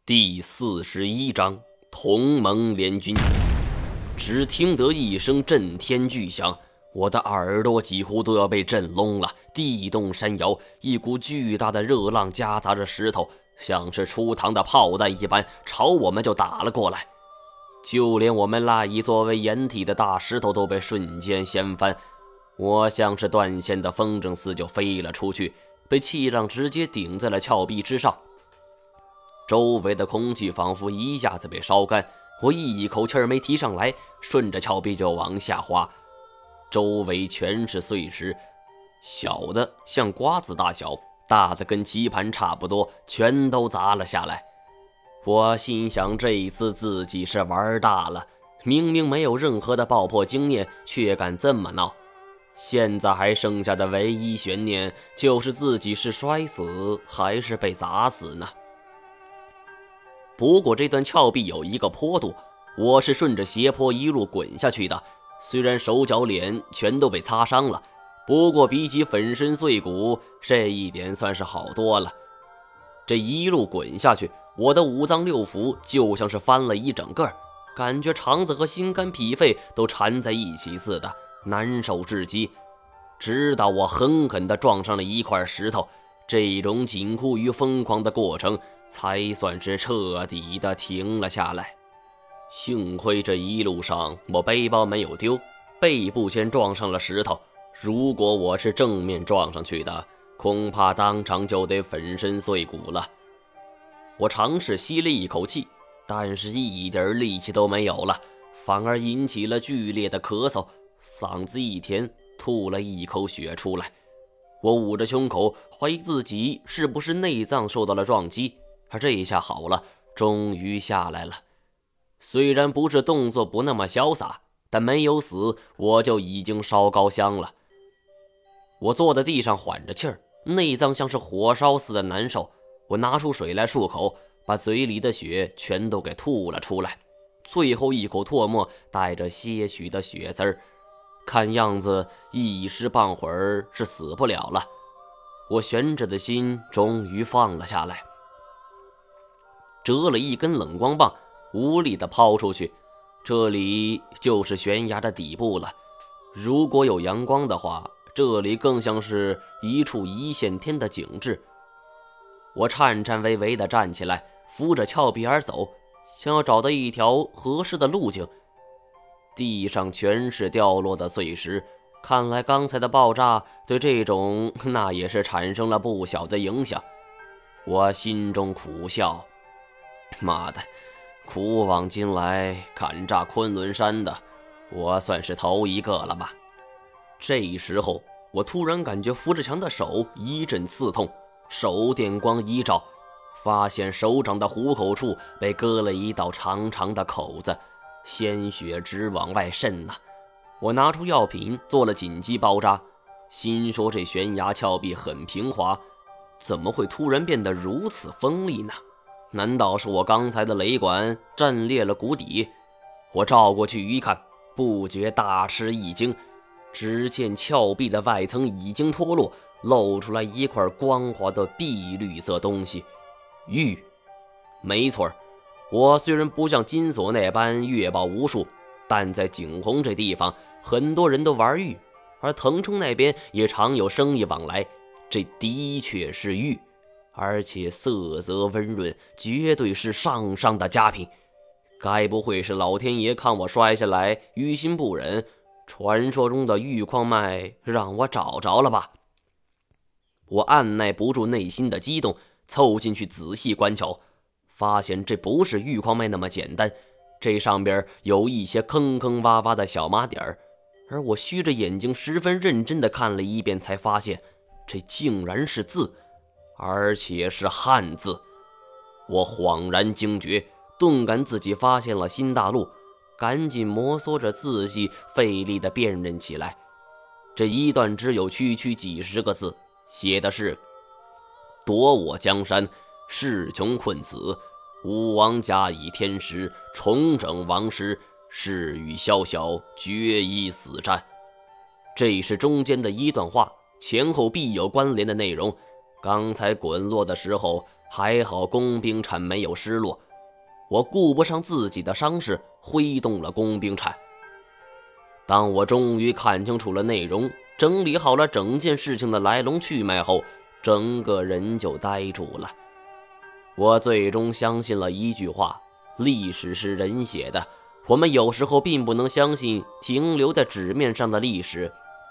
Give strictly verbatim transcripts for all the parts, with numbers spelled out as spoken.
第四十一章同盟联军。只听得一声震天巨响，我的耳朵几乎都要被震聋了。地动山摇，一股巨大的热浪夹杂着石头，像是出膛的炮弹一般朝我们就打了过来。就连我们赖以作为掩体的大石头都被瞬间掀翻，我像是断线的风筝似就飞了出去，被气浪直接顶在了峭壁之上。周围的空气仿佛一下子被烧干，我一口气儿没提上来，顺着峭壁就往下滑。周围全是碎石，小的像瓜子大小，大的跟棋盘差不多，全都砸了下来。我心想，这一次自己是玩大了，明明没有任何的爆破经验，却敢这么闹。现在还剩下的唯一悬念就是自己是摔死还是被砸死呢。不过这段峭壁有一个坡度，我是顺着斜坡一路滚下去的，虽然手脚脸全都被擦伤了，不过比起粉身碎骨，这一点算是好多了。这一路滚下去，我的五脏六腑就像是翻了一整个，感觉肠子和心肝脾肺都缠在一起似的，难受至极。直到我狠狠地撞上了一块石头，这种近乎于疯狂的过程才算是彻底的停了下来。幸亏这一路上我背包没有丢，背部先撞上了石头，如果我是正面撞上去的，恐怕当场就得粉身碎骨了。我尝试吸了一口气，但是一点力气都没有了，反而引起了剧烈的咳嗽，嗓子一甜，吐了一口血出来。我捂着胸口，怀疑自己是不是内脏受到了撞击，而这一下好了，终于下来了。虽然不是动作不那么潇洒，但没有死，我就已经烧高香了。我坐在地上缓着气儿，内脏像是火烧似的难受。我拿出水来漱口，把嘴里的血全都给吐了出来，最后一口唾沫带着些许的血汁儿，看样子一时半会儿是死不了了。我悬着的心终于放了下来，折了一根冷光棒，无力地抛出去。这里就是悬崖的底部了，如果有阳光的话，这里更像是一处一线天的景致。我颤颤巍巍地站起来，扶着峭壁而走，想要找到一条合适的路径。地上全是掉落的碎石，看来刚才的爆炸对这种那也是产生了不小的影响。我心中苦笑，妈的，古往今来敢炸昆仑山的，我算是头一个了吧。这时候我突然感觉扶着墙的手一阵刺痛，手电光一照，发现手掌的虎口处被割了一道长长的口子，鲜血直往外渗啊。我拿出药品做了紧急包扎，心说这悬崖峭壁很平滑，怎么会突然变得如此锋利呢？难道是我刚才的雷管震裂了谷底？我照过去一看，不觉大吃一惊，只见峭壁的外层已经脱落，露出来一块光滑的碧绿色东西。玉，没错，我虽然不像金锁那般月宝无数，但在景洪这地方很多人都玩玉，而腾冲那边也常有生意往来，这的确是玉，而且色泽温润，绝对是上上的佳品。该不会是老天爷看我摔下来于心不忍，传说中的玉矿脉让我找着了吧？我按耐不住内心的激动，凑进去仔细观瞧，发现这不是玉矿脉那么简单，这上边有一些坑坑洼洼的小麻点儿，而我虚着眼睛十分认真地看了一遍，才发现这竟然是字，而且是汉字。我恍然惊觉，顿感自己发现了新大陆，赶紧摩挲着字迹，费力地辨认起来。这一段只有区区几十个字，写的是：夺我江山，势穷困死，吾王假以天时，重整王师，誓与宵小，决一死战。这是中间的一段话，前后必有关联的内容。刚才滚落的时候， 还好工兵铲没有失落。我顾不上自己的伤势，挥动了工兵铲。当我终于看清楚了内容，整理好了整件事情的来龙去脉后，整个人就呆住了。我最终相信了一句话：历史是人写的，我们有时候并不能相信停留在纸面上的历史。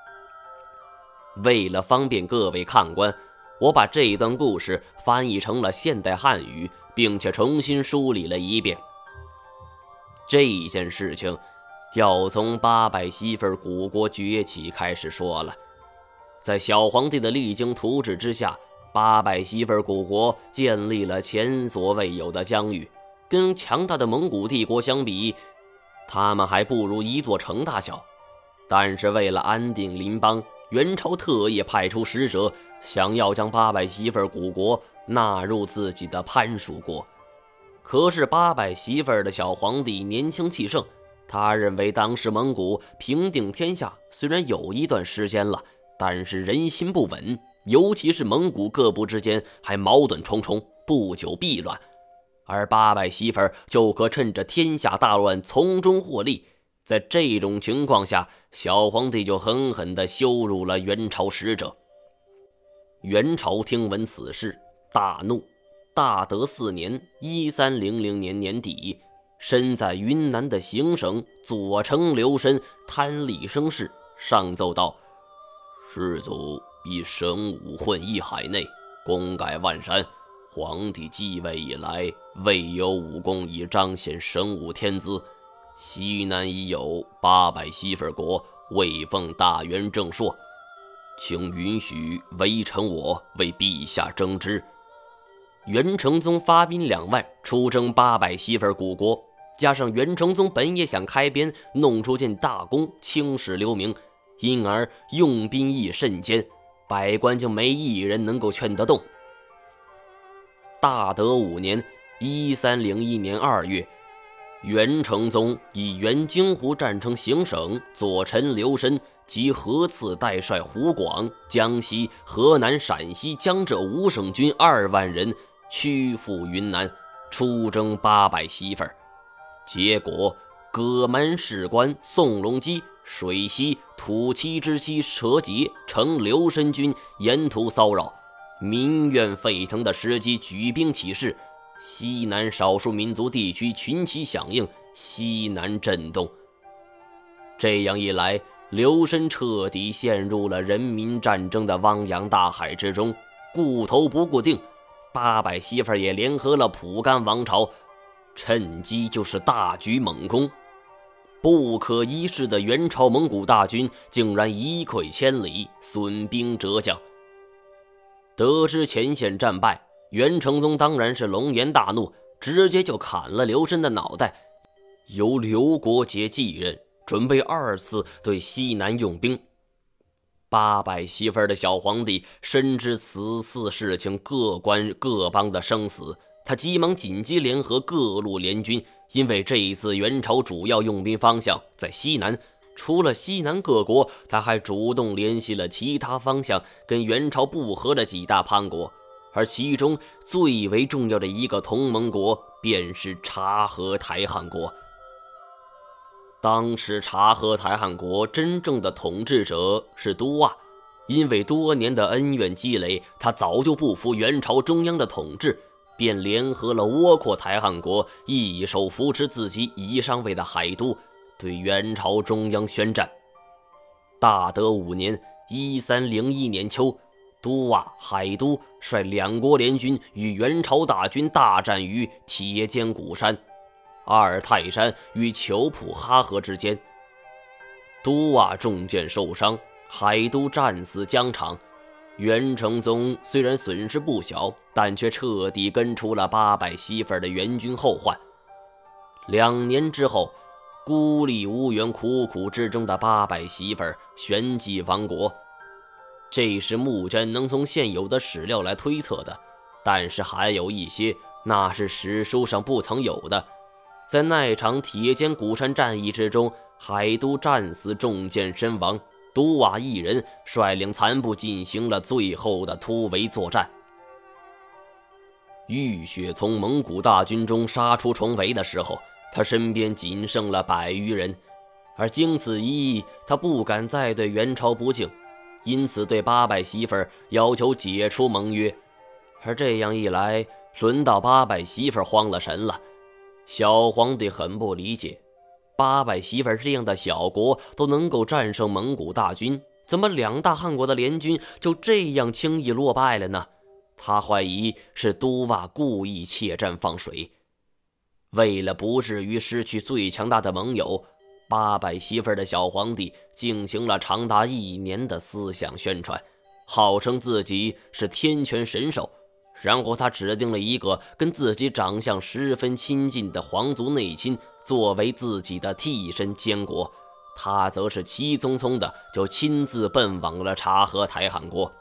为了方便各位看官，我把这段故事翻译成了现代汉语，并且重新梳理了一遍。这件事情要从八百媳妇古国崛起开始说了。在小皇帝的励精图治之下，八百媳妇古国建立了前所未有的疆域。跟强大的蒙古帝国相比，他们还不如一座城大小。但是为了安定邻邦，元朝特意派出使者，想要将八百媳妇古国纳入自己的藩属国。可是八百媳妇的小皇帝年轻气盛，他认为当时蒙古平定天下虽然有一段时间了，但是人心不稳，尤其是蒙古各部之间还矛盾重重，不久必乱。而八百媳妇就可趁着天下大乱从中获利。在这种情况下，小皇帝就狠狠地羞辱了元朝使者。元朝听闻此事，大怒。大德四年一三零零年年底，身在云南的行省左丞刘申贪利生事，上奏道：世祖以神武混一海内，功盖万山。皇帝继位以来，未有武功以彰显神武天资。西南已有八百媳妇国，位奉大元正朔，请允许微臣我为陛下征之。元成宗发兵两万，出征八百媳妇古国，加上元成宗本也想开边弄出件大功，青史留名，因而用兵亦甚艰，百官就没一人能够劝得动。大德五年一三零一年二月，元成宗以原京湖战城行省左丞刘申及何次代帅湖广、江西、河南、陕西、江浙五省军二万人屈服云南，出征八百媳妇儿。结果葛门士官宋隆基、水西、土七之妻佘节乘刘申军沿途骚扰，民怨沸腾的时机举兵起事，西南少数民族地区群起响应，西南震动。这样一来，刘申彻底陷入了人民战争的汪洋大海之中，顾头不顾腚。八百媳妇也联合了蒲甘王朝，趁机就是大举猛攻。不可一世的元朝蒙古大军竟然一溃千里，损兵折将。得知前线战败，元成宗当然是龙颜大怒，直接就砍了刘申的脑袋，由刘国杰继任，准备二次对西南用兵。八百媳妇的小皇帝深知此次事情各关各邦的生死，他急忙紧急联合各路联军，因为这一次元朝主要用兵方向在西南，除了西南各国，他还主动联系了其他方向跟元朝不和的几大藩国，而其中最为重要的一个同盟国便是察合台汗国。当时察合台汗国真正的统治者是都瓦，因为多年的恩怨积累，他早就不服元朝中央的统治，便联合了倭寇台汗国，一手扶持自己已上位的海都，对元朝中央宣战。大德五年一三零一年秋，都瓦、海都率两国联军与元朝大军大战于铁尖谷山、阿尔泰山与求普哈河之间。都瓦中箭受伤，海都战死疆场。元成宗虽然损失不小，但却彻底根除了八百媳妇的元军后患。两年之后，孤立无援、苦苦之争的八百媳妇旋即亡国。这是目前能从现有的史料来推测的，但是还有一些那是史书上不曾有的。在那场铁尖谷山战役之中，海都战死中箭身亡，都瓦一人率领残部进行了最后的突围作战。 浴血从蒙古大军中杀出重围的时候，他身边仅剩了百余人，而经此一役，他不敢再对元朝不敬，因此对八百媳妇儿要求解除盟约。而这样一来，轮到八百媳妇儿慌了神了。小皇帝很不理解，八百媳妇儿这样的小国都能够战胜蒙古大军，怎么两大汗国的联军就这样轻易落败了呢？他怀疑是都瓦故意怯战放水。为了不至于失去最强大的盟友，八百媳妇儿的小皇帝进行了长达一年的思想宣传，号称自己是天权神授。然后他指定了一个跟自己长相十分亲近的皇族内亲作为自己的替身监国，他则是急匆匆的就亲自奔往了察合台汗国。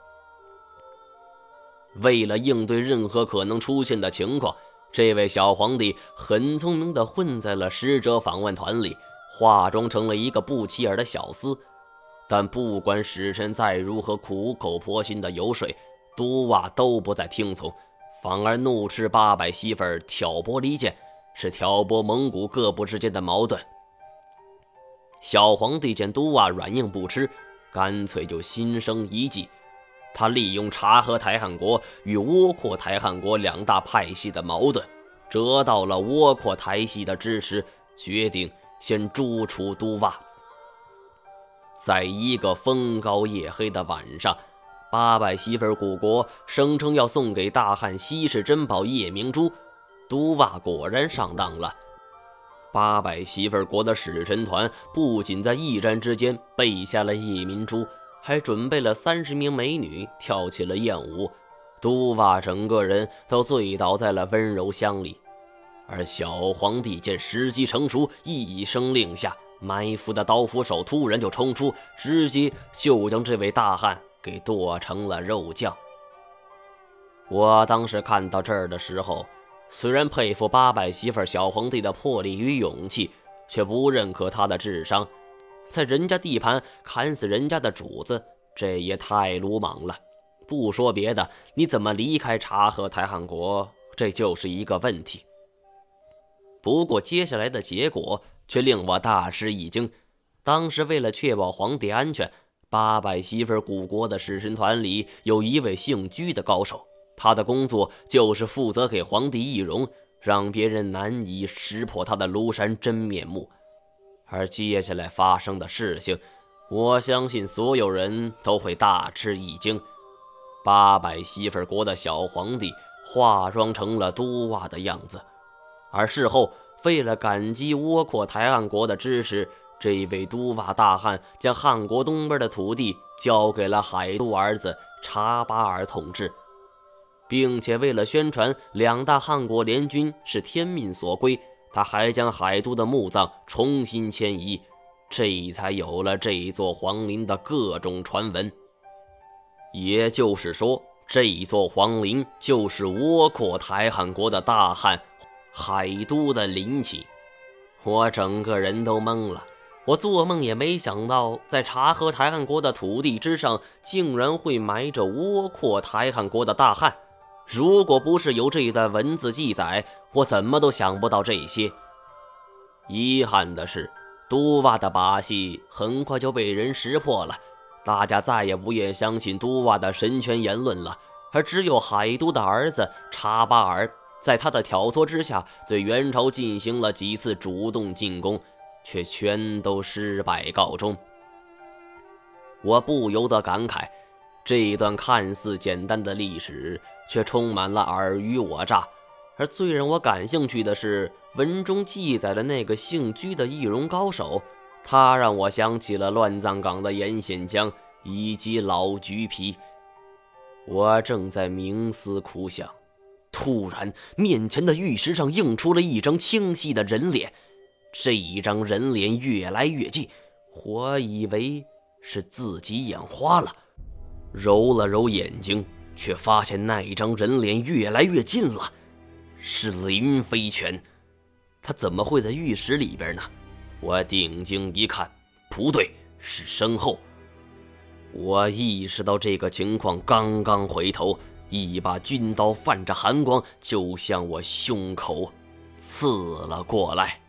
为了应对任何可能出现的情况，这位小皇帝很聪明地混在了使者访问团里，化妆成了一个不起眼的小厮。但不管使臣再如何苦口婆心的游说，都瓦都不再听从，反而怒斥八百媳妇儿挑拨离间，是挑拨蒙古各部之间的矛盾。小皇帝见都瓦软硬不吃，干脆就心生一计，他利用察合台汗国与窝阔台汗国两大派系的矛盾，得到了窝阔台系的支持，决定先诛除都瓦。在一个风高夜黑的晚上，八百媳妇古国声称要送给大汗稀世珍宝夜明珠，都瓦果然上当了。八百媳妇国的使臣团不仅在一战之间备下了夜明珠，还准备了三十名美女跳起了艳舞，都瓦整个人都醉倒在了温柔乡里。而小皇帝见时机成熟，一声令下，埋伏的刀斧手突然就冲出，直接就将这位大汗给剁成了肉酱。我当时看到这儿的时候，虽然佩服八百媳妇小皇帝的魄力与勇气，却不认可他的智商。在人家地盘砍死人家的主子，这也太鲁莽了。不说别的，你怎么离开察合台汗国，这就是一个问题。不过接下来的结果却令我大吃一惊。当时为了确保皇帝安全，八百媳妇古国的使臣团里有一位姓居的高手，他的工作就是负责给皇帝易容，让别人难以识破他的庐山真面目。而接下来发生的事情，我相信所有人都会大吃一惊。八百媳妇国的小皇帝化妆成了都瓦的样子，而事后为了感激窝阔台汗国的支持，这位都瓦大汗将汗国东边的土地交给了海都儿子察巴尔统治，并且为了宣传两大汗国联军是天命所归，他还将海都的墓葬重新迁移，这才有了这座皇陵的各种传闻。也就是说，这座皇陵就是窝阔台汗国的大汗海都的陵寝。我整个人都懵了，我做梦也没想到，在察合台汗国的土地之上，竟然会埋着窝阔台汗国的大汗。如果不是有这一段文字记载，我怎么都想不到这些。遗憾的是，都瓦的把戏很快就被人识破了，大家再也不愿相信都瓦的神权言论了，而只有海都的儿子察巴尔在他的挑唆之下，对元朝进行了几次主动进攻，却全都失败告终。我不由得感慨，这一段看似简单的历史，却充满了尔虞我诈。而最让我感兴趣的是，文中记载的那个姓居的易容高手，他让我想起了乱葬岗的严显江以及老橘皮。我正在冥思苦想，突然面前的玉石上映出了一张清晰的人脸，这一张人脸越来越近，我以为是自己眼花了，揉了揉眼睛，却发现那一张人脸越来越近了，是林飞泉。他怎么会在玉石里边呢？我定睛一看，不对，是身后。我意识到这个情况，刚刚回头， 一把军刀泛着寒光就向我胸口刺了过来。